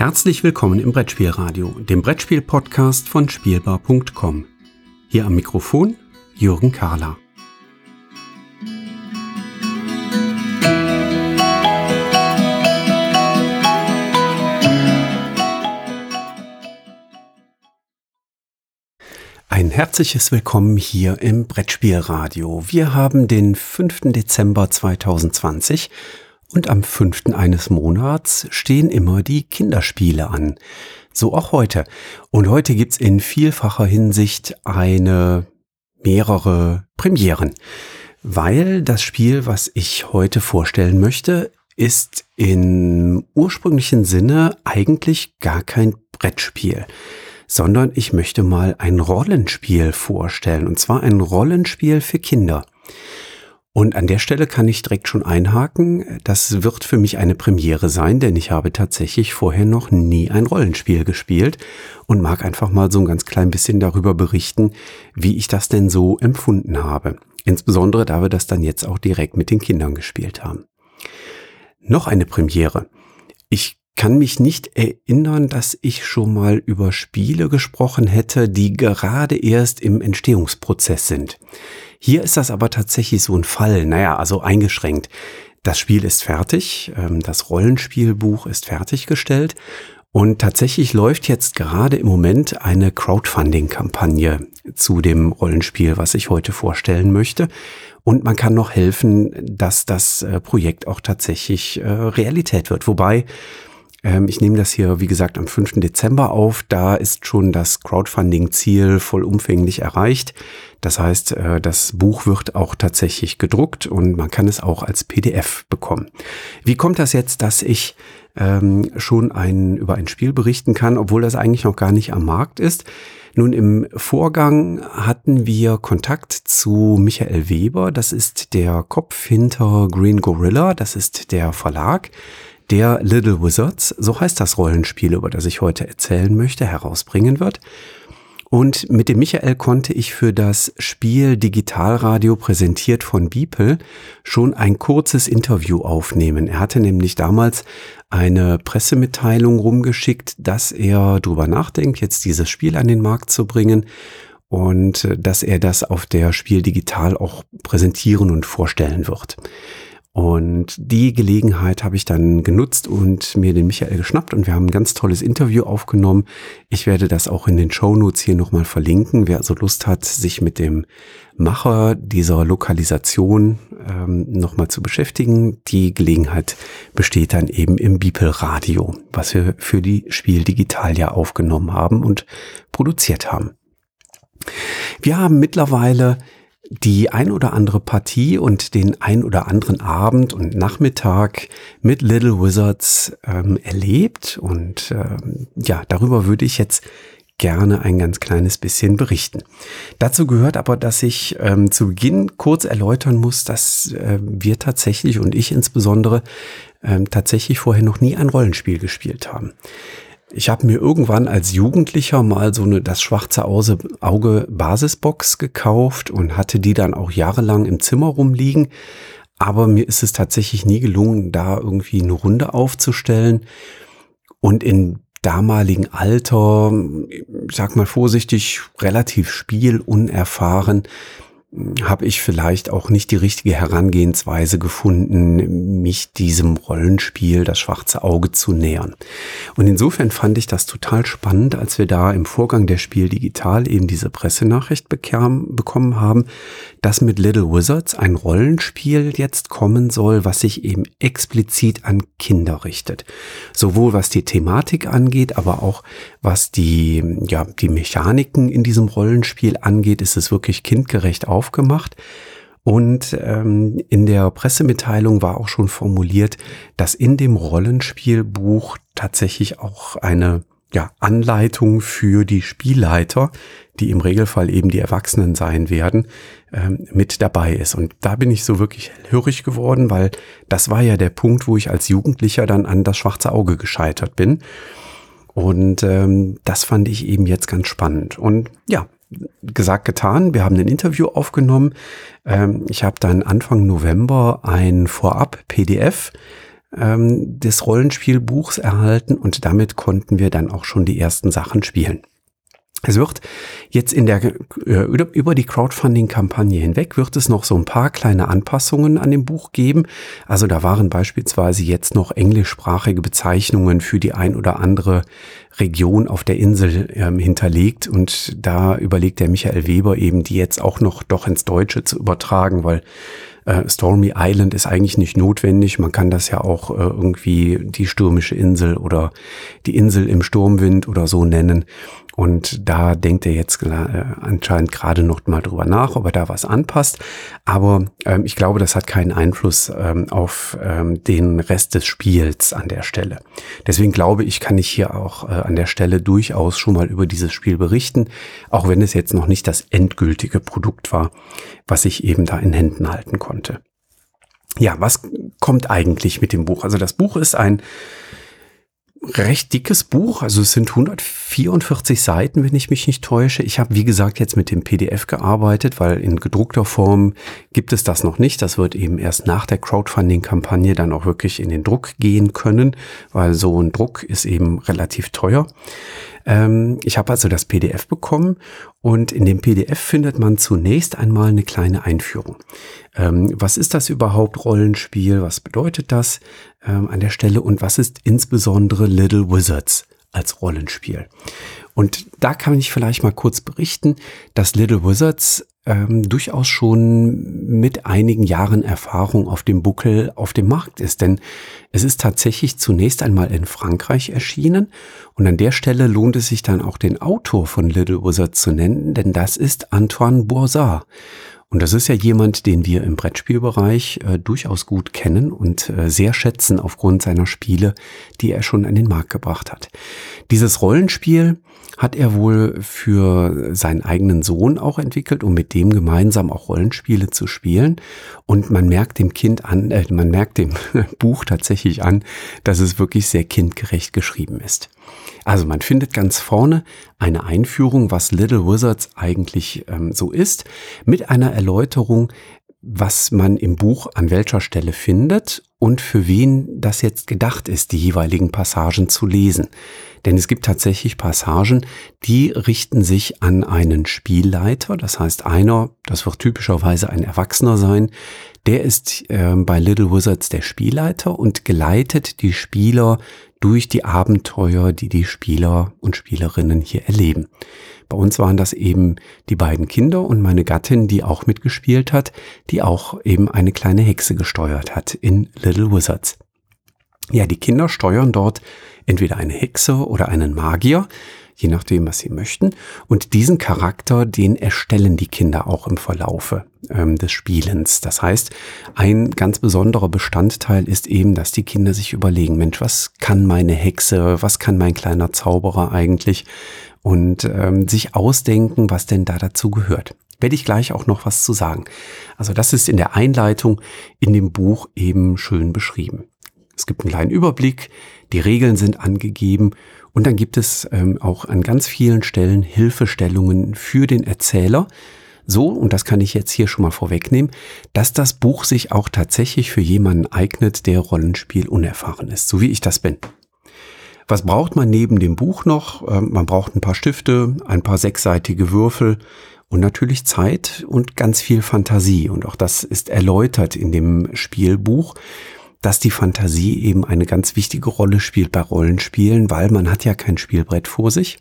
Herzlich willkommen im Brettspielradio, dem Brettspiel-Podcast von Spielbar.com. Hier am Mikrofon Jürgen Kahler. Ein herzliches Willkommen hier im Brettspielradio. Wir haben den 5. Dezember 2020 und am 5. eines Monats stehen immer die Kinderspiele an. So auch heute. Und heute gibt's in vielfacher Hinsicht mehrere Premieren. Weil das Spiel, was ich heute vorstellen möchte, ist im ursprünglichen Sinne eigentlich gar kein Brettspiel, sondern ich möchte mal ein Rollenspiel vorstellen, und zwar ein Rollenspiel für Kinder. Und an der Stelle kann ich direkt schon einhaken, das wird für mich eine Premiere sein, denn ich habe tatsächlich vorher noch nie ein Rollenspiel gespielt und mag einfach mal so ein ganz klein bisschen darüber berichten, wie ich das denn so empfunden habe. Insbesondere, da wir das dann jetzt auch direkt mit den Kindern gespielt haben. Noch eine Premiere. Ich kann mich nicht erinnern, dass ich schon mal über Spiele gesprochen hätte, die gerade erst im Entstehungsprozess sind. Hier ist das aber tatsächlich so ein Fall, also eingeschränkt. Das Spiel ist fertig, das Rollenspielbuch ist fertiggestellt und tatsächlich läuft jetzt gerade im Moment eine Crowdfunding-Kampagne zu dem Rollenspiel, was ich heute vorstellen möchte. Und man kann noch helfen, dass das Projekt auch tatsächlich Realität wird. Wobei, ich nehme das hier, wie gesagt, am 5. Dezember auf. Da ist schon das Crowdfunding-Ziel vollumfänglich erreicht. Das heißt, das Buch wird auch tatsächlich gedruckt und man kann es auch als PDF bekommen. Wie kommt das jetzt, dass ich schon über ein Spiel berichten kann, obwohl das eigentlich noch gar nicht am Markt ist? Nun, im Vorgang hatten wir Kontakt zu Michael Weber. Das ist der Kopf hinter Green Gorilla. Das ist der Verlag, der Little Wizards, so heißt das Rollenspiel, über das ich heute erzählen möchte, herausbringen wird. Und mit dem Michael konnte ich für das Spiel Digitalradio, präsentiert von Beeple, schon ein kurzes Interview aufnehmen. Er hatte nämlich damals eine Pressemitteilung rumgeschickt, dass er drüber nachdenkt, jetzt dieses Spiel an den Markt zu bringen und dass er das auf der Spiel Digital auch präsentieren und vorstellen wird. Und die Gelegenheit habe ich dann genutzt und mir den Michael geschnappt und wir haben ein ganz tolles Interview aufgenommen. Ich werde das auch in den Shownotes hier nochmal verlinken. Wer also Lust hat, sich mit dem Macher dieser Lokalisation nochmal zu beschäftigen, die Gelegenheit besteht dann eben im Beeple Radio, was wir für die Spiel Digital ja aufgenommen haben und produziert haben. Wir haben mittlerweile die ein oder andere Partie und den ein oder anderen Abend und Nachmittag mit Little Wizards erlebt und darüber würde ich jetzt gerne ein ganz kleines bisschen berichten. Dazu gehört aber, dass ich zu Beginn kurz erläutern muss, dass wir tatsächlich und ich insbesondere tatsächlich vorher noch nie ein Rollenspiel gespielt haben. Ich habe mir irgendwann als Jugendlicher mal so das schwarze Auge Basisbox gekauft und hatte die dann auch jahrelang im Zimmer rumliegen. Aber mir ist es tatsächlich nie gelungen, da irgendwie eine Runde aufzustellen. Und in damaligen Alter, ich sag mal vorsichtig, relativ spielunerfahren, habe ich vielleicht auch nicht die richtige Herangehensweise gefunden, mich diesem Rollenspiel, das schwarze Auge, zu nähern. Und insofern fand ich das total spannend, als wir da im Vorgang der Spiel Digital eben diese Pressenachricht bekommen haben, dass mit Little Wizards ein Rollenspiel jetzt kommen soll, was sich eben explizit an Kinder richtet. Sowohl was die Thematik angeht, aber auch was die Mechaniken in diesem Rollenspiel angeht, ist es wirklich kindgerecht aufgemacht. Und in der Pressemitteilung war auch schon formuliert, dass in dem Rollenspielbuch tatsächlich auch eine Anleitung für die Spielleiter, die im Regelfall eben die Erwachsenen sein werden, mit dabei ist. Und da bin ich so wirklich hellhörig geworden, weil das war ja der Punkt, wo ich als Jugendlicher dann an das schwarze Auge gescheitert bin. Und das fand ich eben jetzt ganz spannend. Und gesagt, getan. Wir haben ein Interview aufgenommen. Ich habe dann Anfang November ein Vorab-PDF des Rollenspielbuchs erhalten und damit konnten wir dann auch schon die ersten Sachen spielen. Es wird jetzt über die Crowdfunding-Kampagne hinweg wird es noch so ein paar kleine Anpassungen an dem Buch geben. Also da waren beispielsweise jetzt noch englischsprachige Bezeichnungen für die ein oder andere Region auf der Insel hinterlegt. Und da überlegt der Michael Weber eben, die jetzt auch noch doch ins Deutsche zu übertragen, weil Stormy Island ist eigentlich nicht notwendig. Man kann das ja auch irgendwie die stürmische Insel oder die Insel im Sturmwind oder so nennen. Und da denkt er jetzt anscheinend gerade noch mal drüber nach, ob er da was anpasst. Aber ich glaube, das hat keinen Einfluss auf den Rest des Spiels an der Stelle. Deswegen glaube ich, kann ich hier auch an der Stelle durchaus schon mal über dieses Spiel berichten, auch wenn es jetzt noch nicht das endgültige Produkt war, was ich eben da in Händen halten konnte. Ja, was kommt eigentlich mit dem Buch? Also das Buch ist ein recht dickes Buch, also es sind 144 Seiten, wenn ich mich nicht täusche. Ich habe, wie gesagt, jetzt mit dem PDF gearbeitet, weil in gedruckter Form gibt es das noch nicht. Das wird eben erst nach der Crowdfunding-Kampagne dann auch wirklich in den Druck gehen können, weil so ein Druck ist eben relativ teuer. Ich habe also das PDF bekommen und in dem PDF findet man zunächst einmal eine kleine Einführung. Was ist das überhaupt, Rollenspiel? Was bedeutet das an der Stelle? Und was ist insbesondere Little Wizards als Rollenspiel? Und da kann ich vielleicht mal kurz berichten, dass Little Wizards durchaus schon mit einigen Jahren Erfahrung auf dem Buckel auf dem Markt ist. Denn es ist tatsächlich zunächst einmal in Frankreich erschienen. Und an der Stelle lohnt es sich dann auch den Autor von Little Wizards zu nennen, denn das ist Antoine Boirsard. Und das ist ja jemand, den wir im Brettspielbereich durchaus gut kennen und sehr schätzen aufgrund seiner Spiele, die er schon an den Markt gebracht hat. Dieses Rollenspiel hat er wohl für seinen eigenen Sohn auch entwickelt, um mit dem gemeinsam auch Rollenspiele zu spielen. Und man merkt dem man merkt dem Buch tatsächlich an, dass es wirklich sehr kindgerecht geschrieben ist. Also man findet ganz vorne eine Einführung, was Little Wizards eigentlich so ist, mit einer Erläuterung, was man im Buch an welcher Stelle findet und für wen das jetzt gedacht ist, die jeweiligen Passagen zu lesen. Denn es gibt tatsächlich Passagen, die richten sich an einen Spielleiter. Das heißt, das wird typischerweise ein Erwachsener sein, der ist bei Little Wizards der Spielleiter und geleitet die Spieler durch die Abenteuer, die die Spieler und Spielerinnen hier erleben. Bei uns waren das eben die beiden Kinder und meine Gattin, die auch mitgespielt hat, die auch eben eine kleine Hexe gesteuert hat in Little Wizards. Ja, die Kinder steuern dort entweder eine Hexe oder einen Magier, je nachdem, was sie möchten. Und diesen Charakter, den erstellen die Kinder auch im Verlaufe des Spielens. Das heißt, ein ganz besonderer Bestandteil ist eben, dass die Kinder sich überlegen, Mensch, was kann meine Hexe, was kann mein kleiner Zauberer eigentlich? Und sich ausdenken, was denn da dazu gehört. Werde ich gleich auch noch was zu sagen. Also das ist in der Einleitung in dem Buch eben schön beschrieben. Es gibt einen kleinen Überblick, die Regeln sind angegeben und dann gibt es auch an ganz vielen Stellen Hilfestellungen für den Erzähler. So, und das kann ich jetzt hier schon mal vorwegnehmen, dass das Buch sich auch tatsächlich für jemanden eignet, der Rollenspiel unerfahren ist, so wie ich das bin. Was braucht man neben dem Buch noch? Man braucht ein paar Stifte, ein paar sechsseitige Würfel und natürlich Zeit und ganz viel Fantasie. Und auch das ist erläutert in dem Spielbuch, dass die Fantasie eben eine ganz wichtige Rolle spielt bei Rollenspielen, weil man hat ja kein Spielbrett vor sich,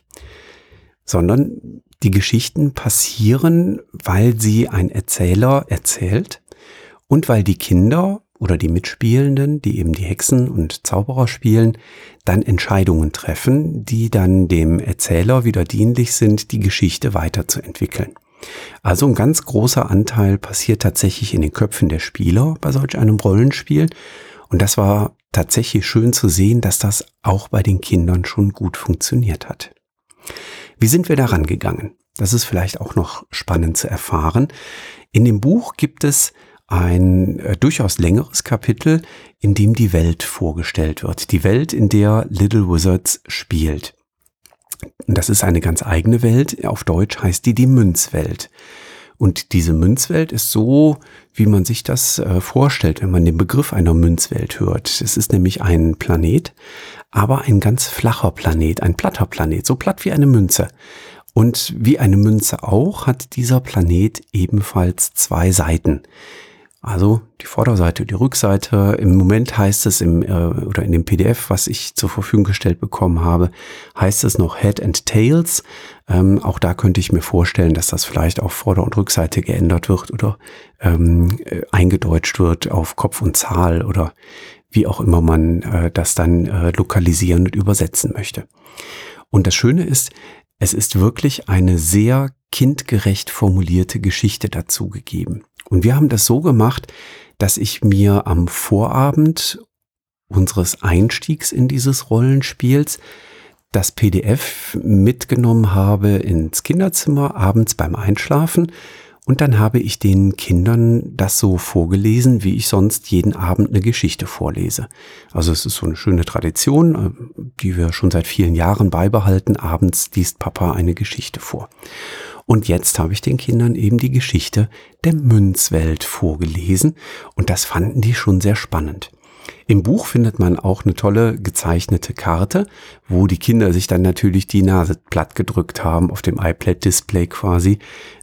sondern die Geschichten passieren, weil sie ein Erzähler erzählt und weil die Kinder oder die Mitspielenden, die eben die Hexen und Zauberer spielen, dann Entscheidungen treffen, die dann dem Erzähler wieder dienlich sind, die Geschichte weiterzuentwickeln. Also ein ganz großer Anteil passiert tatsächlich in den Köpfen der Spieler bei solch einem Rollenspiel. Und das war tatsächlich schön zu sehen, dass das auch bei den Kindern schon gut funktioniert hat. Wie sind wir daran gegangen? Das ist vielleicht auch noch spannend zu erfahren. In dem Buch gibt es ein durchaus längeres Kapitel, in dem die Welt vorgestellt wird. Die Welt, in der Little Wizards spielt. Und das ist eine ganz eigene Welt. Auf Deutsch heißt die Münzwelt. Und diese Münzwelt ist so, wie man sich das vorstellt, wenn man den Begriff einer Münzwelt hört. Es ist nämlich ein Planet, aber ein ganz flacher Planet, ein platter Planet, so platt wie eine Münze. Und wie eine Münze auch, hat dieser Planet ebenfalls zwei Seiten. Also die Vorderseite, die Rückseite. Im Moment heißt es in dem PDF, was ich zur Verfügung gestellt bekommen habe, heißt es noch Head and Tails. Auch da könnte ich mir vorstellen, dass das vielleicht auf Vorder- und Rückseite geändert wird oder eingedeutscht wird auf Kopf und Zahl oder wie auch immer man das dann lokalisieren und übersetzen möchte. Und das Schöne ist, es ist wirklich eine sehr kindgerecht formulierte Geschichte dazu gegeben. Und wir haben das so gemacht, dass ich mir am Vorabend unseres Einstiegs in dieses Rollenspiels das PDF mitgenommen habe ins Kinderzimmer, abends beim Einschlafen. Und dann habe ich den Kindern das so vorgelesen, wie ich sonst jeden Abend eine Geschichte vorlese. Also es ist so eine schöne Tradition, die wir schon seit vielen Jahren beibehalten. Abends liest Papa eine Geschichte vor. Und jetzt habe ich den Kindern eben die Geschichte der Münzwelt vorgelesen. Und das fanden die schon sehr spannend. Im Buch findet man auch eine tolle gezeichnete Karte, wo die Kinder sich dann natürlich die Nase platt gedrückt haben auf dem iPad-Display quasi,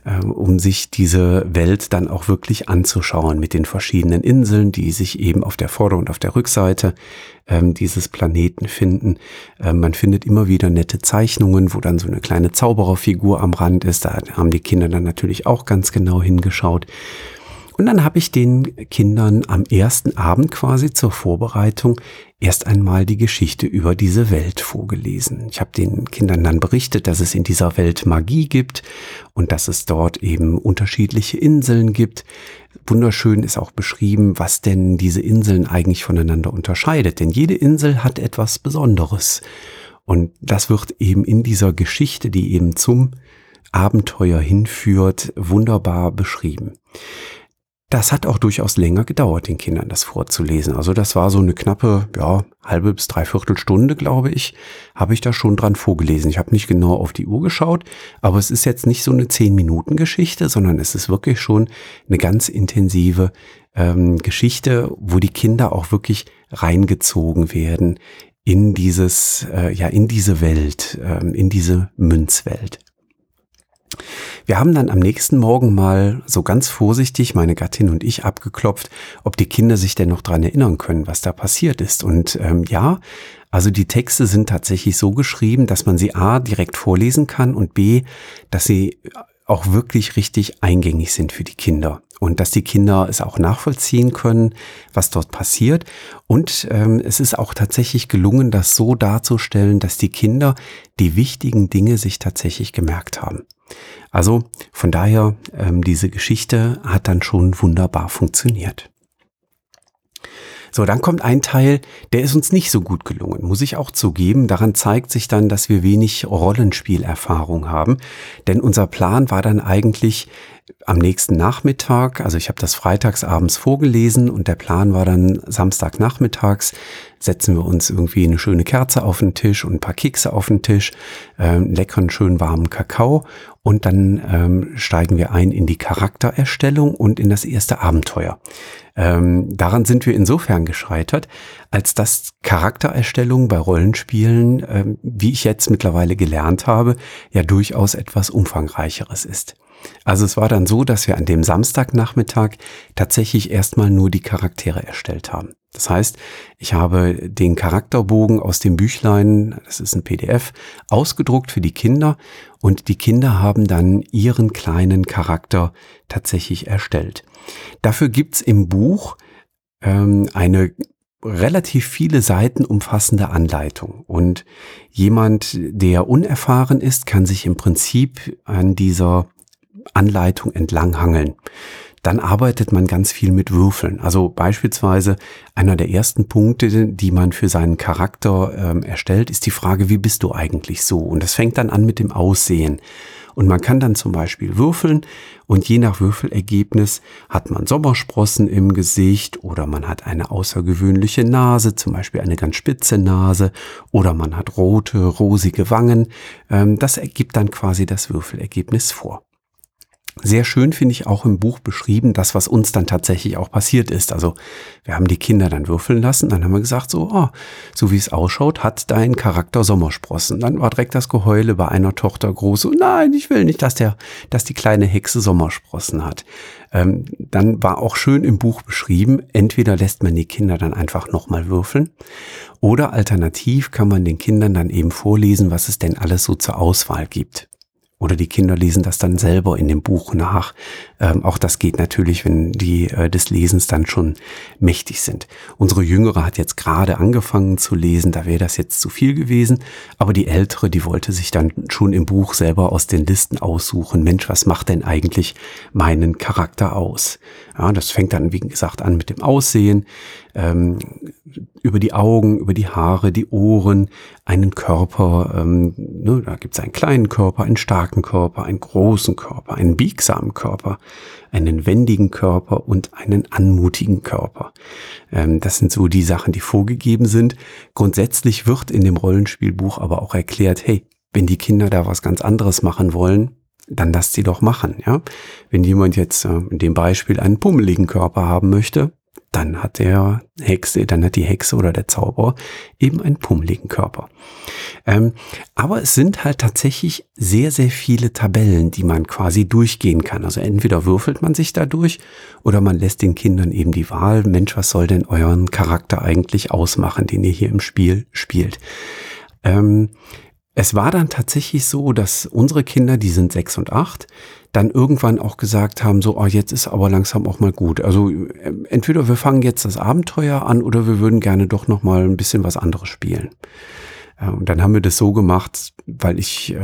um sich diese Welt dann auch wirklich anzuschauen mit den verschiedenen Inseln, die sich eben auf der Vorder- und auf der Rückseite dieses Planeten finden. Man findet immer wieder nette Zeichnungen, wo dann so eine kleine Zaubererfigur am Rand ist. Da haben die Kinder dann natürlich auch ganz genau hingeschaut. Und dann habe ich den Kindern am ersten Abend quasi zur Vorbereitung erst einmal die Geschichte über diese Welt vorgelesen. Ich habe den Kindern dann berichtet, dass es in dieser Welt Magie gibt und dass es dort eben unterschiedliche Inseln gibt. Wunderschön ist auch beschrieben, was denn diese Inseln eigentlich voneinander unterscheidet. Denn jede Insel hat etwas Besonderes. Und das wird eben in dieser Geschichte, die eben zum Abenteuer hinführt, wunderbar beschrieben. Das hat auch durchaus länger gedauert, den Kindern das vorzulesen. Also das war so eine knappe, halbe bis dreiviertel Stunde, glaube ich, habe ich da schon dran vorgelesen. Ich habe nicht genau auf die Uhr geschaut, aber es ist jetzt nicht so eine 10-Minuten-Geschichte, sondern es ist wirklich schon eine ganz intensive Geschichte, wo die Kinder auch wirklich reingezogen werden in dieses, in diese Welt, in diese Münzwelt. Wir haben dann am nächsten Morgen mal so ganz vorsichtig, meine Gattin und ich, abgeklopft, ob die Kinder sich denn noch dran erinnern können, was da passiert ist. Und also die Texte sind tatsächlich so geschrieben, dass man sie A direkt vorlesen kann und B, dass sie auch wirklich richtig eingängig sind für die Kinder. Und dass die Kinder es auch nachvollziehen können, was dort passiert. Und es ist auch tatsächlich gelungen, das so darzustellen, dass die Kinder die wichtigen Dinge sich tatsächlich gemerkt haben. Also von daher, diese Geschichte hat dann schon wunderbar funktioniert. So, dann kommt ein Teil, der ist uns nicht so gut gelungen, muss ich auch zugeben. Daran zeigt sich dann, dass wir wenig Rollenspielerfahrung haben. Denn unser Plan war dann eigentlich am nächsten Nachmittag, also ich habe das freitags abends vorgelesen und der Plan war dann Samstagnachmittags, setzen wir uns irgendwie eine schöne Kerze auf den Tisch und ein paar Kekse auf den Tisch, leckeren, schön warmen Kakao und dann steigen wir ein in die Charaktererstellung und in das erste Abenteuer. Daran sind wir insofern gescheitert, als dass Charaktererstellung bei Rollenspielen, wie ich jetzt mittlerweile gelernt habe, ja durchaus etwas Umfangreicheres ist. Also es war dann so, dass wir an dem Samstagnachmittag tatsächlich erstmal nur die Charaktere erstellt haben. Das heißt, ich habe den Charakterbogen aus dem Büchlein, das ist ein PDF, ausgedruckt für die Kinder und die Kinder haben dann ihren kleinen Charakter tatsächlich erstellt. Dafür gibt's im Buch eine relativ viele Seiten umfassende Anleitung und jemand, der unerfahren ist, kann sich im Prinzip an dieser Anleitung entlanghangeln. Dann arbeitet man ganz viel mit Würfeln. Also beispielsweise einer der ersten Punkte, die man für seinen Charakter erstellt, ist die Frage, wie bist du eigentlich so? Und das fängt dann an mit dem Aussehen. Und man kann dann zum Beispiel würfeln und je nach Würfelergebnis hat man Sommersprossen im Gesicht oder man hat eine außergewöhnliche Nase, zum Beispiel eine ganz spitze Nase oder man hat rote, rosige Wangen. Das ergibt dann quasi das Würfelergebnis vor. Sehr schön finde ich auch im Buch beschrieben, das, was uns dann tatsächlich auch passiert ist. Also wir haben die Kinder dann würfeln lassen, dann haben wir gesagt, so wie es ausschaut, hat dein Charakter Sommersprossen. Dann war direkt das Geheule bei einer Tochter groß, oh nein, ich will nicht, dass die kleine Hexe Sommersprossen hat. Dann war auch schön im Buch beschrieben, entweder lässt man die Kinder dann einfach nochmal würfeln oder alternativ kann man den Kindern dann eben vorlesen, was es denn alles so zur Auswahl gibt. Oder die Kinder lesen das dann selber in dem Buch nach. Auch das geht natürlich, wenn die des Lesens dann schon mächtig sind. Unsere Jüngere hat jetzt gerade angefangen zu lesen, da wäre das jetzt zu viel gewesen. Aber die Ältere, die wollte sich dann schon im Buch selber aus den Listen aussuchen. Mensch, was macht denn eigentlich meinen Charakter aus? Ja, das fängt dann, wie gesagt, an mit dem Aussehen, über die Augen, über die Haare, die Ohren, einen Körper, da gibt es einen kleinen Körper, einen starken Körper, einen großen Körper, einen biegsamen Körper, einen wendigen Körper und einen anmutigen Körper. Das sind so die Sachen, die vorgegeben sind. Grundsätzlich wird in dem Rollenspielbuch aber auch erklärt, hey, wenn die Kinder da was ganz anderes machen wollen, dann lasst sie doch machen. Ja? Wenn jemand jetzt in dem Beispiel einen pummeligen Körper haben möchte, dann hat die Hexe oder der Zauberer eben einen pummeligen Körper. Aber es sind halt tatsächlich sehr, sehr viele Tabellen, die man quasi durchgehen kann. Also entweder würfelt man sich da durch oder man lässt den Kindern eben die Wahl, Mensch, was soll denn euren Charakter eigentlich ausmachen, den ihr hier im Spiel spielt. Es war dann tatsächlich so, dass unsere Kinder, die sind 6 und 8, dann irgendwann auch gesagt haben, jetzt ist aber langsam auch mal gut. Also entweder wir fangen jetzt das Abenteuer an oder wir würden gerne doch noch mal ein bisschen was anderes spielen. Und dann haben wir das so gemacht, weil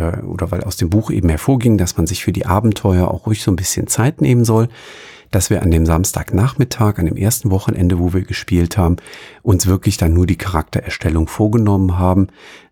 aus dem Buch eben hervorging, dass man sich für die Abenteuer auch ruhig so ein bisschen Zeit nehmen soll, dass wir an dem Samstagnachmittag, an dem ersten Wochenende, wo wir gespielt haben, uns wirklich dann nur die Charaktererstellung vorgenommen haben.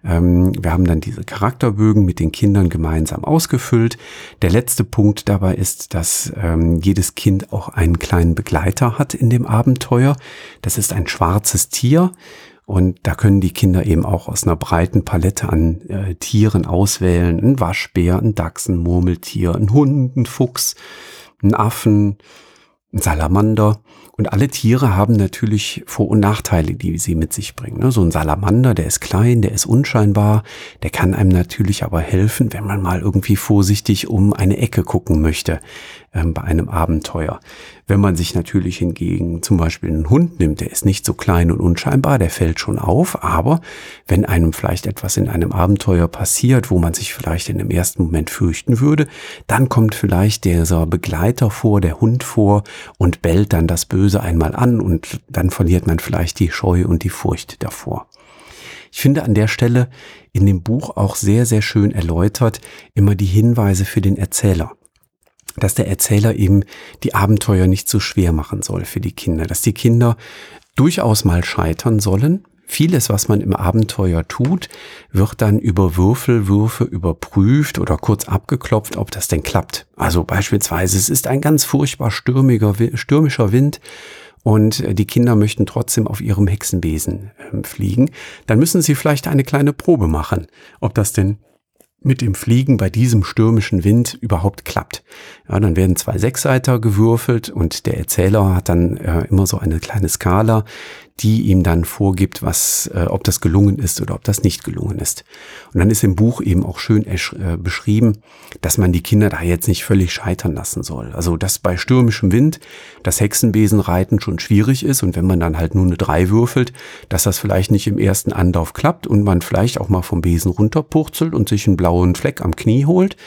Wir haben dann diese Charakterbögen mit den Kindern gemeinsam ausgefüllt. Der letzte Punkt dabei ist, dass jedes Kind auch einen kleinen Begleiter hat in dem Abenteuer. Das ist ein schwarzes Tier. Und da können die Kinder eben auch aus einer breiten Palette an Tieren auswählen. Ein Waschbär, ein Dachs, ein Murmeltier, ein Hund, ein Fuchs, ein Affen, ein Salamander. Und alle Tiere haben natürlich Vor- und Nachteile, die sie mit sich bringen. So ein Salamander, der ist klein, der ist unscheinbar, der kann einem natürlich aber helfen, wenn man mal irgendwie vorsichtig um eine Ecke gucken möchte bei einem Abenteuer. Wenn man sich natürlich hingegen zum Beispiel einen Hund nimmt, der ist nicht so klein und unscheinbar, der fällt schon auf, aber wenn einem vielleicht etwas in einem Abenteuer passiert, wo man sich vielleicht in dem ersten Moment fürchten würde, dann kommt vielleicht dieser Begleiter vor, der Hund vor und bellt dann das Böse einmal an und dann verliert man vielleicht die Scheu und die Furcht davor. Ich finde an der Stelle in dem Buch auch sehr, sehr schön erläutert immer die Hinweise für den Erzähler. Dass der Erzähler eben die Abenteuer nicht so schwer machen soll für die Kinder, dass die Kinder durchaus mal scheitern sollen. Vieles, was man im Abenteuer tut, wird dann über Würfelwürfe überprüft oder kurz abgeklopft, ob das denn klappt. Also beispielsweise, es ist ein ganz furchtbar stürmischer Wind und die Kinder möchten trotzdem auf ihrem Hexenbesen fliegen. Dann müssen sie vielleicht eine kleine Probe machen, ob das denn mit dem Fliegen bei diesem stürmischen Wind überhaupt klappt. Ja, dann werden 2 Sechsseiter gewürfelt und der Erzähler hat dann immer so eine kleine Skala, die ihm dann vorgibt, ob das gelungen ist oder ob das nicht gelungen ist. Und dann ist im Buch eben auch schön beschrieben, dass man die Kinder da jetzt nicht völlig scheitern lassen soll. Also dass bei stürmischem Wind das Hexenbesenreiten schon schwierig ist und wenn man dann halt nur eine 3 würfelt, dass das vielleicht nicht im ersten Anlauf klappt und man vielleicht auch mal vom Besen runterpurzelt und sich einen blauen Fleck am Knie holt.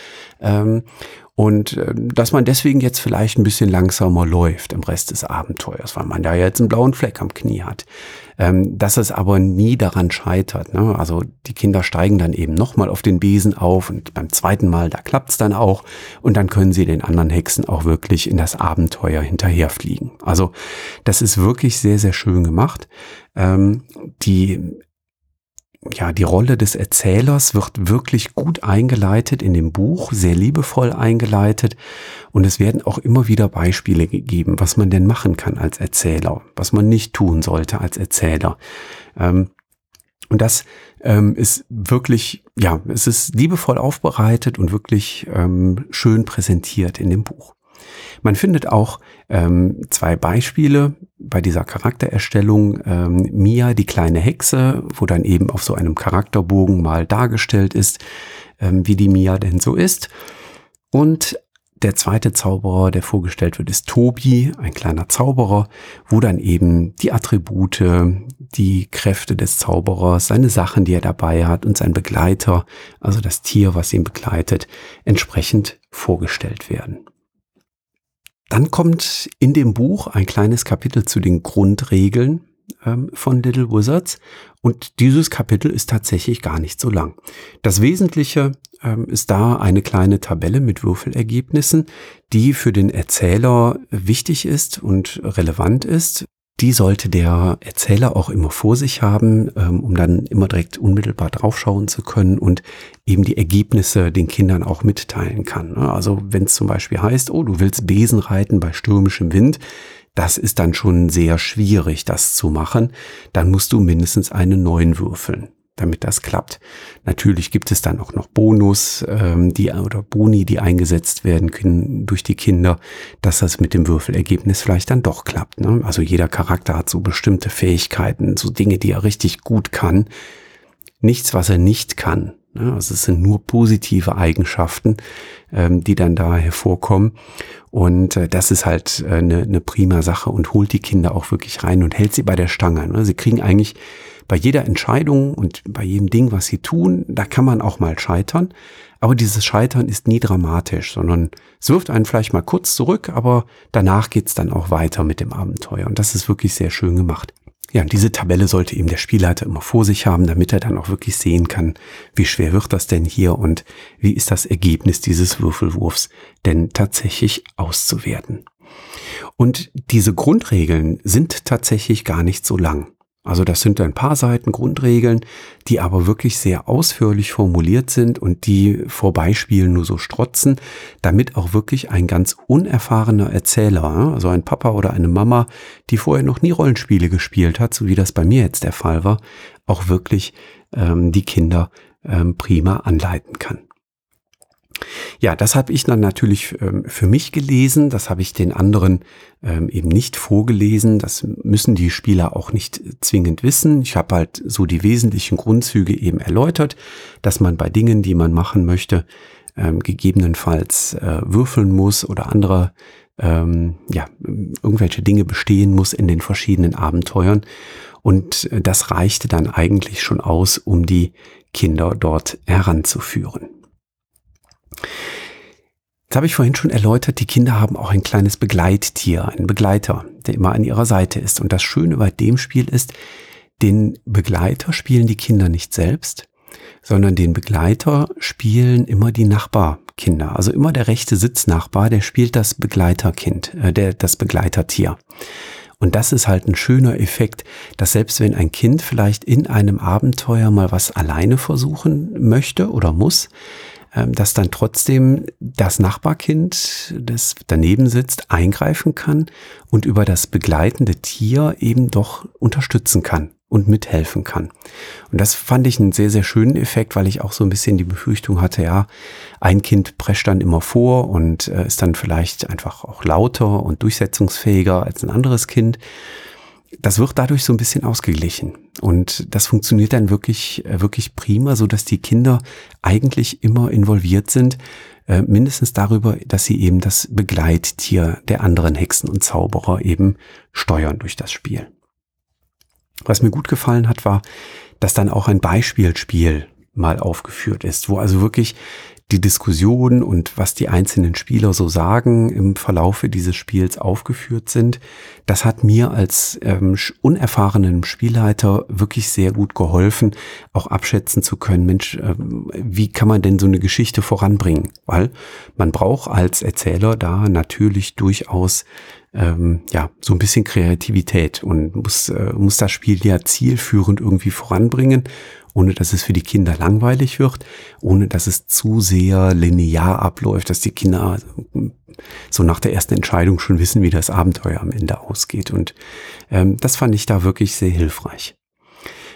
Und dass man deswegen jetzt vielleicht ein bisschen langsamer läuft im Rest des Abenteuers, weil man da jetzt einen blauen Fleck am Knie hat. Dass es aber nie daran scheitert. Ne? Also die Kinder steigen dann eben nochmal auf den Besen auf und beim zweiten Mal, da klappt's dann auch. Und dann können sie den anderen Hexen auch wirklich in das Abenteuer hinterherfliegen. Also das ist wirklich sehr, sehr schön gemacht. Die Rolle des Erzählers wird wirklich gut eingeleitet in dem Buch, sehr liebevoll eingeleitet und es werden auch immer wieder Beispiele gegeben, was man denn machen kann als Erzähler, was man nicht tun sollte als Erzähler. Und das ist wirklich ja, es ist liebevoll aufbereitet und wirklich schön präsentiert in dem Buch. Man findet auch 2 Beispiele bei dieser Charaktererstellung. Mia, die kleine Hexe, wo dann eben auf so einem Charakterbogen mal dargestellt ist, wie die Mia denn so ist. Und der zweite Zauberer, der vorgestellt wird, ist Tobi, ein kleiner Zauberer, wo dann eben die Attribute, die Kräfte des Zauberers, seine Sachen, die er dabei hat und sein Begleiter, also das Tier, was ihn begleitet, entsprechend vorgestellt werden. Dann kommt in dem Buch ein kleines Kapitel zu den Grundregeln von Little Wizards und dieses Kapitel ist tatsächlich gar nicht so lang. Das Wesentliche ist da eine kleine Tabelle mit Würfelergebnissen, die für den Erzähler wichtig ist und relevant ist. Die sollte der Erzähler auch immer vor sich haben, um dann immer direkt unmittelbar draufschauen zu können und eben die Ergebnisse den Kindern auch mitteilen kann. Also wenn es zum Beispiel heißt, oh, du willst Besen reiten bei stürmischem Wind, das ist dann schon sehr schwierig, das zu machen. Dann musst du mindestens einen 9 würfeln, damit das klappt. Natürlich gibt es dann auch noch Bonus, oder Boni, die eingesetzt werden können durch die Kinder, dass das mit dem Würfelergebnis vielleicht dann doch klappt. Ne? Also jeder Charakter hat so bestimmte Fähigkeiten, so Dinge, die er richtig gut kann. Nichts, was er nicht kann. Ne? Also es sind nur positive Eigenschaften, die dann da hervorkommen. Und das ist halt eine prima Sache und holt die Kinder auch wirklich rein und hält sie bei der Stange. Ne? Sie kriegen eigentlich bei jeder Entscheidung und bei jedem Ding, was sie tun, da kann man auch mal scheitern. Aber dieses Scheitern ist nie dramatisch, sondern es wirft einen vielleicht mal kurz zurück, aber danach geht's dann auch weiter mit dem Abenteuer. Und das ist wirklich sehr schön gemacht. Ja, und diese Tabelle sollte eben der Spielleiter immer vor sich haben, damit er dann auch wirklich sehen kann, wie schwer wird das denn hier und wie ist das Ergebnis dieses Würfelwurfs denn tatsächlich auszuwerten. Und diese Grundregeln sind tatsächlich gar nicht so lang. Also das sind ein paar Seiten Grundregeln, die aber wirklich sehr ausführlich formuliert sind und die vor Beispielen nur so strotzen, damit auch wirklich ein ganz unerfahrener Erzähler, also ein Papa oder eine Mama, die vorher noch nie Rollenspiele gespielt hat, so wie das bei mir jetzt der Fall war, auch wirklich die Kinder prima anleiten kann. Ja, das habe ich dann natürlich für mich gelesen, das habe ich den anderen eben nicht vorgelesen, das müssen die Spieler auch nicht zwingend wissen. Ich habe halt so die wesentlichen Grundzüge eben erläutert, dass man bei Dingen, die man machen möchte, gegebenenfalls würfeln muss oder andere irgendwelche Dinge bestehen muss in den verschiedenen Abenteuern. Und das reichte dann eigentlich schon aus, um die Kinder dort heranzuführen. Jetzt habe ich vorhin schon erläutert, die Kinder haben auch ein kleines Begleittier, einen Begleiter, der immer an ihrer Seite ist. Und das Schöne bei dem Spiel ist, den Begleiter spielen die Kinder nicht selbst, sondern den Begleiter spielen immer die Nachbarkinder. Also immer der rechte Sitznachbar, der spielt das Begleiterkind, das Begleitertier. Und das ist halt ein schöner Effekt, dass selbst wenn ein Kind vielleicht in einem Abenteuer mal was alleine versuchen möchte oder muss, dass dann trotzdem das Nachbarkind, das daneben sitzt, eingreifen kann und über das begleitende Tier eben doch unterstützen kann und mithelfen kann. Und das fand ich einen sehr, sehr schönen Effekt, weil ich auch so ein bisschen die Befürchtung hatte, ja, ein Kind prescht dann immer vor und ist dann vielleicht einfach auch lauter und durchsetzungsfähiger als ein anderes Kind. Das wird dadurch so ein bisschen ausgeglichen und das funktioniert dann wirklich prima, so dass die Kinder eigentlich immer involviert sind, mindestens darüber, dass sie eben das Begleittier der anderen Hexen und Zauberer eben steuern durch das Spiel. Was mir gut gefallen hat, war, dass dann auch ein Beispielspiel mal aufgeführt ist, wo also wirklich die Diskussion und was die einzelnen Spieler so sagen im Verlaufe dieses Spiels aufgeführt sind. Das hat mir als unerfahrenen Spielleiter wirklich sehr gut geholfen, auch abschätzen zu können, Mensch, wie kann man denn so eine Geschichte voranbringen? Weil man braucht als Erzähler da natürlich durchaus so ein bisschen Kreativität und muss das Spiel ja zielführend irgendwie voranbringen, ohne dass es für die Kinder langweilig wird, ohne dass es zu sehr linear abläuft, dass die Kinder so nach der ersten Entscheidung schon wissen, wie das Abenteuer am Ende ausgeht. Und das fand ich da wirklich sehr hilfreich.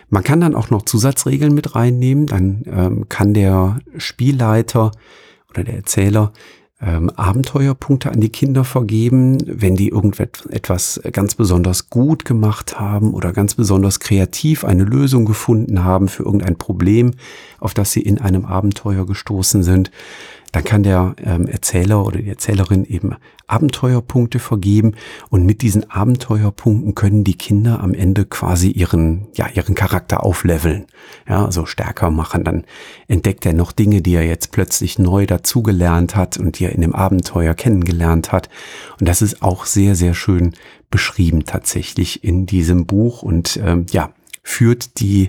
Man kann dann auch noch Zusatzregeln mit reinnehmen. Dann kann der Spielleiter oder der Erzähler Abenteuerpunkte an die Kinder vergeben, wenn die irgendetwas ganz besonders gut gemacht haben oder ganz besonders kreativ eine Lösung gefunden haben für irgendein Problem, auf das sie in einem Abenteuer gestoßen sind. Dann kann der Erzähler oder die Erzählerin eben Abenteuerpunkte vergeben und mit diesen Abenteuerpunkten können die Kinder am Ende quasi ihren Charakter aufleveln, ja, also stärker machen. Dann entdeckt er noch Dinge, die er jetzt plötzlich neu dazugelernt hat und die er in dem Abenteuer kennengelernt hat. Und das ist auch sehr, sehr schön beschrieben tatsächlich in diesem Buch und führt die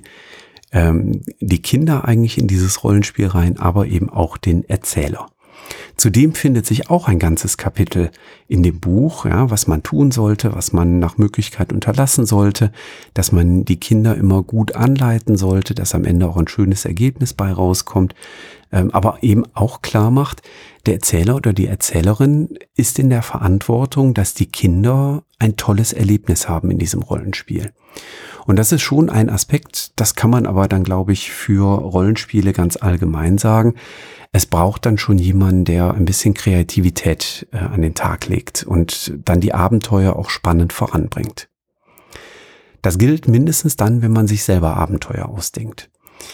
Kinder eigentlich in dieses Rollenspiel rein, aber eben auch den Erzähler. Zudem findet sich auch ein ganzes Kapitel in dem Buch, ja, was man tun sollte, was man nach Möglichkeit unterlassen sollte, dass man die Kinder immer gut anleiten sollte, dass am Ende auch ein schönes Ergebnis bei rauskommt, aber eben auch klar macht, der Erzähler oder die Erzählerin ist in der Verantwortung, dass die Kinder ein tolles Erlebnis haben in diesem Rollenspiel. Und das ist schon ein Aspekt, das kann man aber dann, glaube ich, für Rollenspiele ganz allgemein sagen. Es braucht dann schon jemanden, der ein bisschen Kreativität an den Tag legt und dann die Abenteuer auch spannend voranbringt. Das gilt mindestens dann, wenn man sich selber Abenteuer ausdenkt.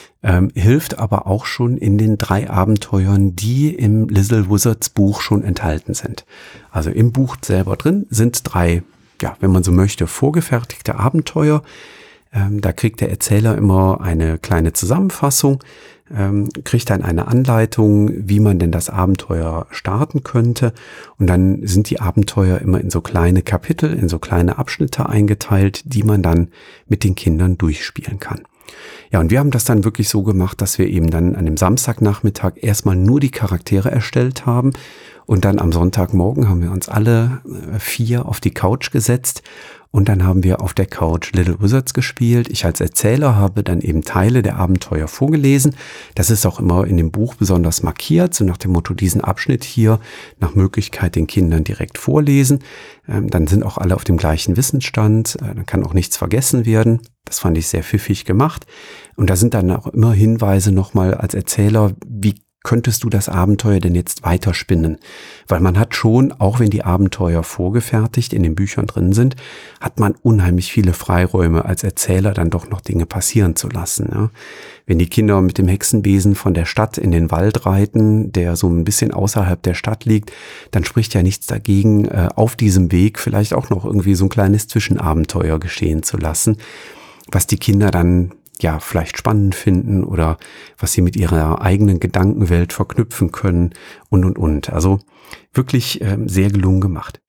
Hilft aber auch schon in den 3 Abenteuern, die im Little Wizards Buch schon enthalten sind. Also im Buch selber drin sind 3, wenn man so möchte, vorgefertigte Abenteuer. Da kriegt der Erzähler immer eine kleine Zusammenfassung, kriegt dann eine Anleitung, wie man denn das Abenteuer starten könnte. Und dann sind die Abenteuer immer in so kleine Kapitel, in so kleine Abschnitte eingeteilt, die man dann mit den Kindern durchspielen kann. Ja, und wir haben das dann wirklich so gemacht, dass wir eben dann an dem Samstagnachmittag erstmal nur die Charaktere erstellt haben und dann am Sonntagmorgen haben wir uns alle 4 auf die Couch gesetzt und dann haben wir auf der Couch Little Wizards gespielt. Ich als Erzähler habe dann eben Teile der Abenteuer vorgelesen. Das ist auch immer in dem Buch besonders markiert, so nach dem Motto, diesen Abschnitt hier nach Möglichkeit den Kindern direkt vorlesen. Dann sind auch alle auf dem gleichen Wissensstand, dann kann auch nichts vergessen werden. Das fand ich sehr pfiffig gemacht. Und da sind dann auch immer Hinweise nochmal als Erzähler, wie könntest du das Abenteuer denn jetzt weiterspinnen? Weil man hat schon, auch wenn die Abenteuer vorgefertigt in den Büchern drin sind, hat man unheimlich viele Freiräume als Erzähler dann doch noch Dinge passieren zu lassen. Ja? Wenn die Kinder mit dem Hexenbesen von der Stadt in den Wald reiten, der so ein bisschen außerhalb der Stadt liegt, dann spricht ja nichts dagegen, auf diesem Weg vielleicht auch noch irgendwie so ein kleines Zwischenabenteuer geschehen zu lassen, was die Kinder dann vielleicht spannend finden oder was sie mit ihrer eigenen Gedankenwelt verknüpfen können und. Also wirklich sehr gelungen gemacht.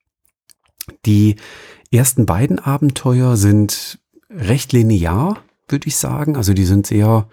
Die ersten beiden Abenteuer sind recht linear, würde ich sagen. Also die sind sehr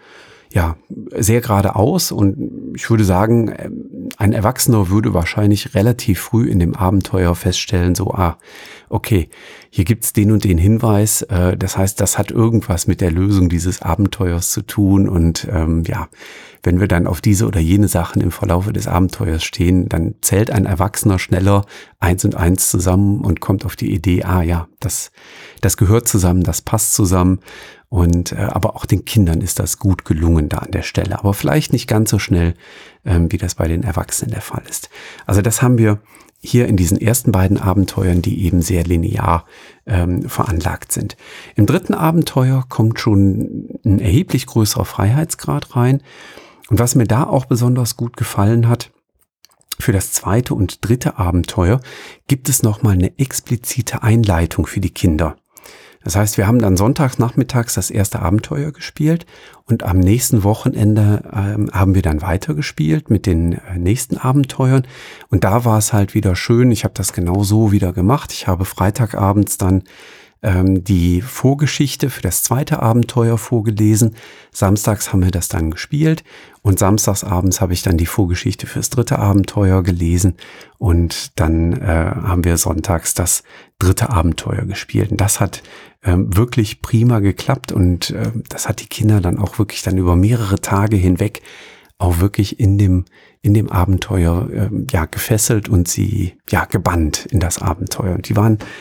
geradeaus und ich würde sagen, ein Erwachsener würde wahrscheinlich relativ früh in dem Abenteuer feststellen, okay, hier gibt's den und den Hinweis, das heißt, das hat irgendwas mit der Lösung dieses Abenteuers zu tun und wenn wir dann auf diese oder jene Sachen im Verlaufe des Abenteuers stehen, dann zählt ein Erwachsener schneller 1 und 1 zusammen und kommt auf die Idee, das gehört zusammen, das passt zusammen. Und aber auch den Kindern ist das gut gelungen da an der Stelle. Aber vielleicht nicht ganz so schnell, wie das bei den Erwachsenen der Fall ist. Also das haben wir hier in diesen ersten beiden Abenteuern, die eben sehr linear veranlagt sind. Im 3. Abenteuer kommt schon ein erheblich größerer Freiheitsgrad rein. Und was mir da auch besonders gut gefallen hat, für das 2. und 3. Abenteuer gibt es nochmal eine explizite Einleitung für die Kinder. Das heißt, wir haben dann sonntags nachmittags das erste Abenteuer gespielt und am nächsten Wochenende haben wir dann weitergespielt mit den nächsten Abenteuern. Und da war es halt wieder schön, ich habe das genau so wieder gemacht. Ich habe freitagabends dann die Vorgeschichte für das 2. Abenteuer vorgelesen. Samstags haben wir das dann gespielt und samstagsabends habe ich dann die Vorgeschichte fürs 3. Abenteuer gelesen und dann haben wir sonntags das 3. Abenteuer gespielt. Und das hat wirklich prima geklappt und das hat die Kinder dann auch wirklich dann über mehrere Tage hinweg auch wirklich in dem Abenteuer gefesselt und sie gebannt in das Abenteuer. Und die waren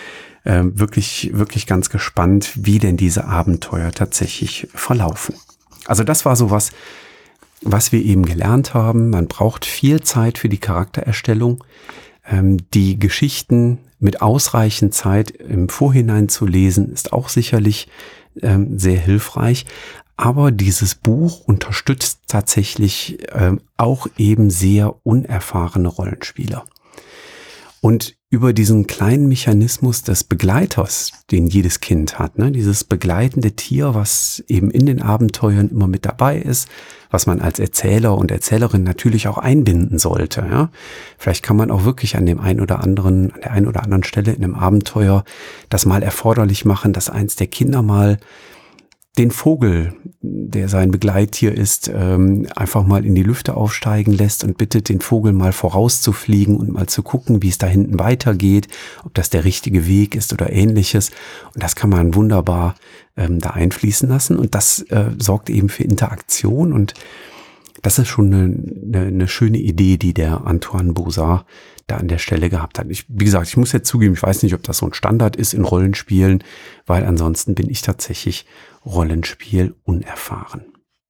wirklich, wirklich ganz gespannt, wie denn diese Abenteuer tatsächlich verlaufen. Also das war so was wir eben gelernt haben. Man braucht viel Zeit für die Charaktererstellung. Die Geschichten mit ausreichend Zeit im Vorhinein zu lesen, ist auch sicherlich sehr hilfreich. Aber dieses Buch unterstützt tatsächlich auch eben sehr unerfahrene Rollenspieler. Und über diesen kleinen Mechanismus des Begleiters, den jedes Kind hat, ne, dieses begleitende Tier, was eben in den Abenteuern immer mit dabei ist, was man als Erzähler und Erzählerin natürlich auch einbinden sollte. Ja. Vielleicht kann man auch wirklich an der einen oder anderen Stelle in einem Abenteuer das mal erforderlich machen, dass eins der Kinder mal den Vogel, der sein Begleittier ist, einfach mal in die Lüfte aufsteigen lässt und bittet, den Vogel mal vorauszufliegen und mal zu gucken, wie es da hinten weitergeht, ob das der richtige Weg ist oder ähnliches. Und das kann man wunderbar da einfließen lassen. Und das sorgt eben für Interaktion. Und das ist schon eine schöne Idee, die der Antoine Bouzard da an der Stelle gehabt hat. Wie gesagt, ich muss jetzt zugeben, ich weiß nicht, ob das so ein Standard ist in Rollenspielen, weil ansonsten bin ich tatsächlich Rollenspiel unerfahren.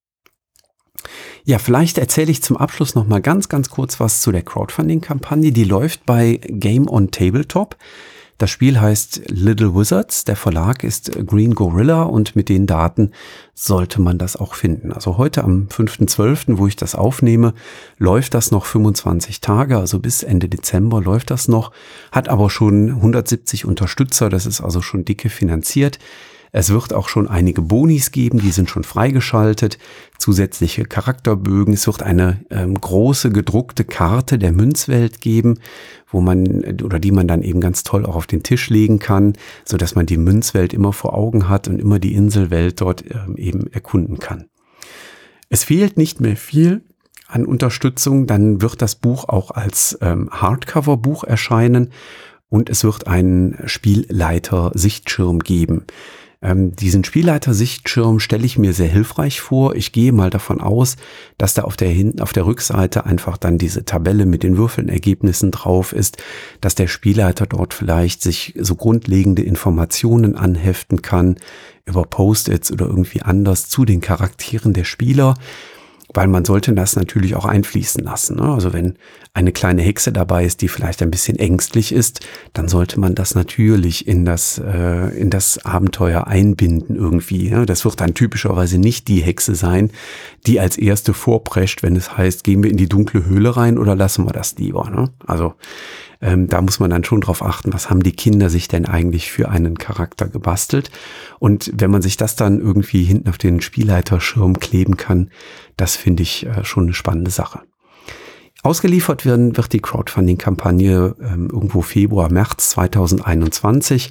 Ja, vielleicht erzähle ich zum Abschluss noch mal ganz, ganz kurz was zu der Crowdfunding-Kampagne. Die läuft bei Game on Tabletop. Das Spiel heißt Little Wizards. Der Verlag ist Green Gorilla und mit den Daten sollte man das auch finden. Also heute am 5.12., wo ich das aufnehme, läuft das noch 25 Tage, also bis Ende Dezember läuft das noch, hat aber schon 170 Unterstützer, das ist also schon dicke finanziert. Es wird auch schon einige Bonis geben, die sind schon freigeschaltet, zusätzliche Charakterbögen. Es wird eine große gedruckte Karte der Münzwelt geben, die man dann eben ganz toll auch auf den Tisch legen kann, so dass man die Münzwelt immer vor Augen hat und immer die Inselwelt dort eben erkunden kann. Es fehlt nicht mehr viel an Unterstützung, dann wird das Buch auch als Hardcover-Buch erscheinen und es wird einen Spielleiter-Sichtschirm geben. Diesen Spielleiter-Sichtschirm stelle ich mir sehr hilfreich vor. Ich gehe mal davon aus, dass da auf der Rückseite einfach dann diese Tabelle mit den Würfelergebnissen drauf ist, dass der Spielleiter dort vielleicht sich so grundlegende Informationen anheften kann über Post-its oder irgendwie anders zu den Charakteren der Spieler. Weil man sollte das natürlich auch einfließen lassen. Ne? Also wenn eine kleine Hexe dabei ist, die vielleicht ein bisschen ängstlich ist, dann sollte man das natürlich in das Abenteuer einbinden irgendwie. Ne? Das wird dann typischerweise nicht die Hexe sein, die als erste vorprescht, wenn es heißt, gehen wir in die dunkle Höhle rein oder lassen wir das lieber. Ne? Also da muss man dann schon drauf achten, was haben die Kinder sich denn eigentlich für einen Charakter gebastelt. Und wenn man sich das dann irgendwie hinten auf den Spielleiterschirm kleben kann, das finde ich schon eine spannende Sache. Ausgeliefert wird die Crowdfunding-Kampagne irgendwo Februar, März 2021.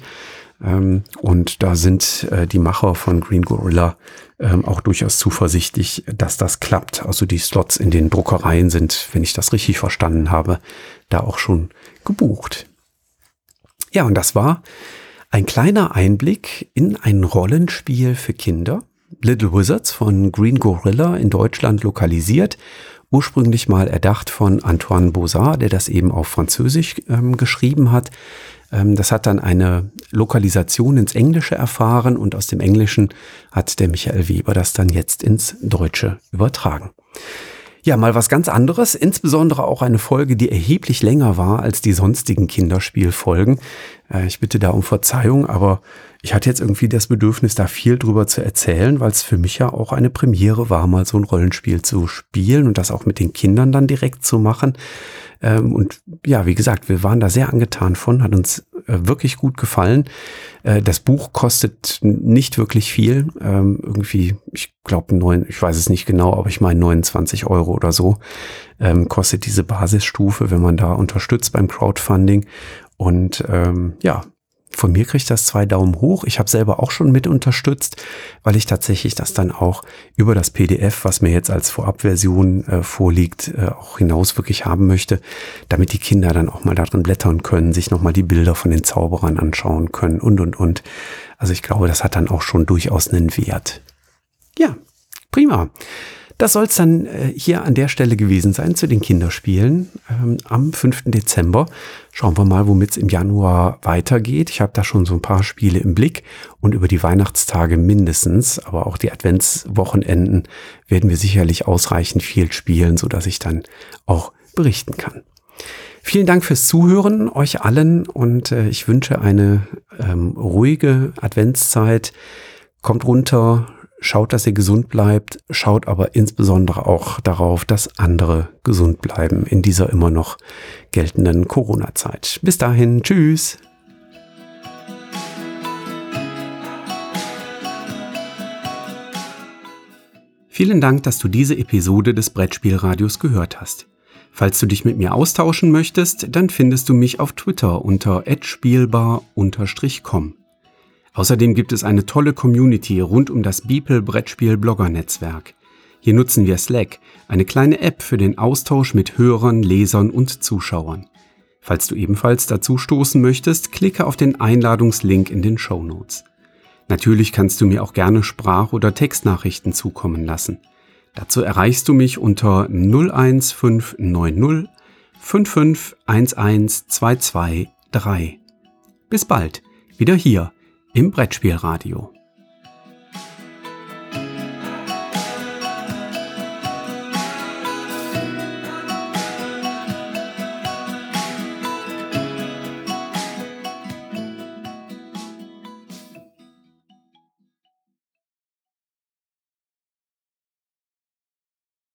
Und da sind die Macher von Green Gorilla auch durchaus zuversichtlich, dass das klappt. Also die Slots in den Druckereien sind, wenn ich das richtig verstanden habe, da auch schon gebucht. Ja, und das war ein kleiner Einblick in ein Rollenspiel für Kinder. Little Wizards von Green Gorilla, in Deutschland lokalisiert. Ursprünglich mal erdacht von Antoine Bouzard, der das eben auf Französisch geschrieben hat. Das hat dann eine Lokalisation ins Englische erfahren und aus dem Englischen hat der Michael Weber das dann jetzt ins Deutsche übertragen. Ja, mal was ganz anderes, insbesondere auch eine Folge, die erheblich länger war als die sonstigen Kinderspielfolgen. Ich bitte da um Verzeihung, aber ich hatte jetzt irgendwie das Bedürfnis, da viel drüber zu erzählen, weil es für mich ja auch eine Premiere war, mal so ein Rollenspiel zu spielen und das auch mit den Kindern dann direkt zu machen. Und ja, wie gesagt, wir waren da sehr angetan von, hat uns wirklich gut gefallen. Das Buch kostet nicht wirklich viel, irgendwie, ich glaube ich weiß es nicht genau, aber ich meine 29 € oder so, kostet diese Basisstufe, wenn man da unterstützt beim Crowdfunding. Und ja, von mir kriegt das 2 Daumen hoch. Ich habe selber auch schon mit unterstützt, weil ich tatsächlich das dann auch über das PDF, was mir jetzt als Vorabversion vorliegt, auch hinaus wirklich haben möchte, damit die Kinder dann auch mal darin blättern können, sich nochmal die Bilder von den Zauberern anschauen können und. Also ich glaube, das hat dann auch schon durchaus einen Wert. Ja, prima. Das soll es dann hier an der Stelle gewesen sein zu den Kinderspielen am 5. Dezember. Schauen wir mal, womit es im Januar weitergeht. Ich habe da schon so ein paar Spiele im Blick und über die Weihnachtstage mindestens, aber auch die Adventswochenenden werden wir sicherlich ausreichend viel spielen, sodass ich dann auch berichten kann. Vielen Dank fürs Zuhören, euch allen, und ich wünsche eine ruhige Adventszeit. Kommt runter. Schaut, dass ihr gesund bleibt, schaut aber insbesondere auch darauf, dass andere gesund bleiben in dieser immer noch geltenden Corona-Zeit. Bis dahin, tschüss! Vielen Dank, dass du diese Episode des Brettspielradios gehört hast. Falls du dich mit mir austauschen möchtest, dann findest du mich auf Twitter unter @spielbar_com. Außerdem gibt es eine tolle Community rund um das Beeple Brettspiel-Blogger-Netzwerk. Hier nutzen wir Slack, eine kleine App für den Austausch mit Hörern, Lesern und Zuschauern. Falls du ebenfalls dazu stoßen möchtest, klicke auf den Einladungslink in den Shownotes. Natürlich kannst du mir auch gerne Sprach- oder Textnachrichten zukommen lassen. Dazu erreichst du mich unter 01590 5511 223. Bis bald, wieder hier im Brettspielradio.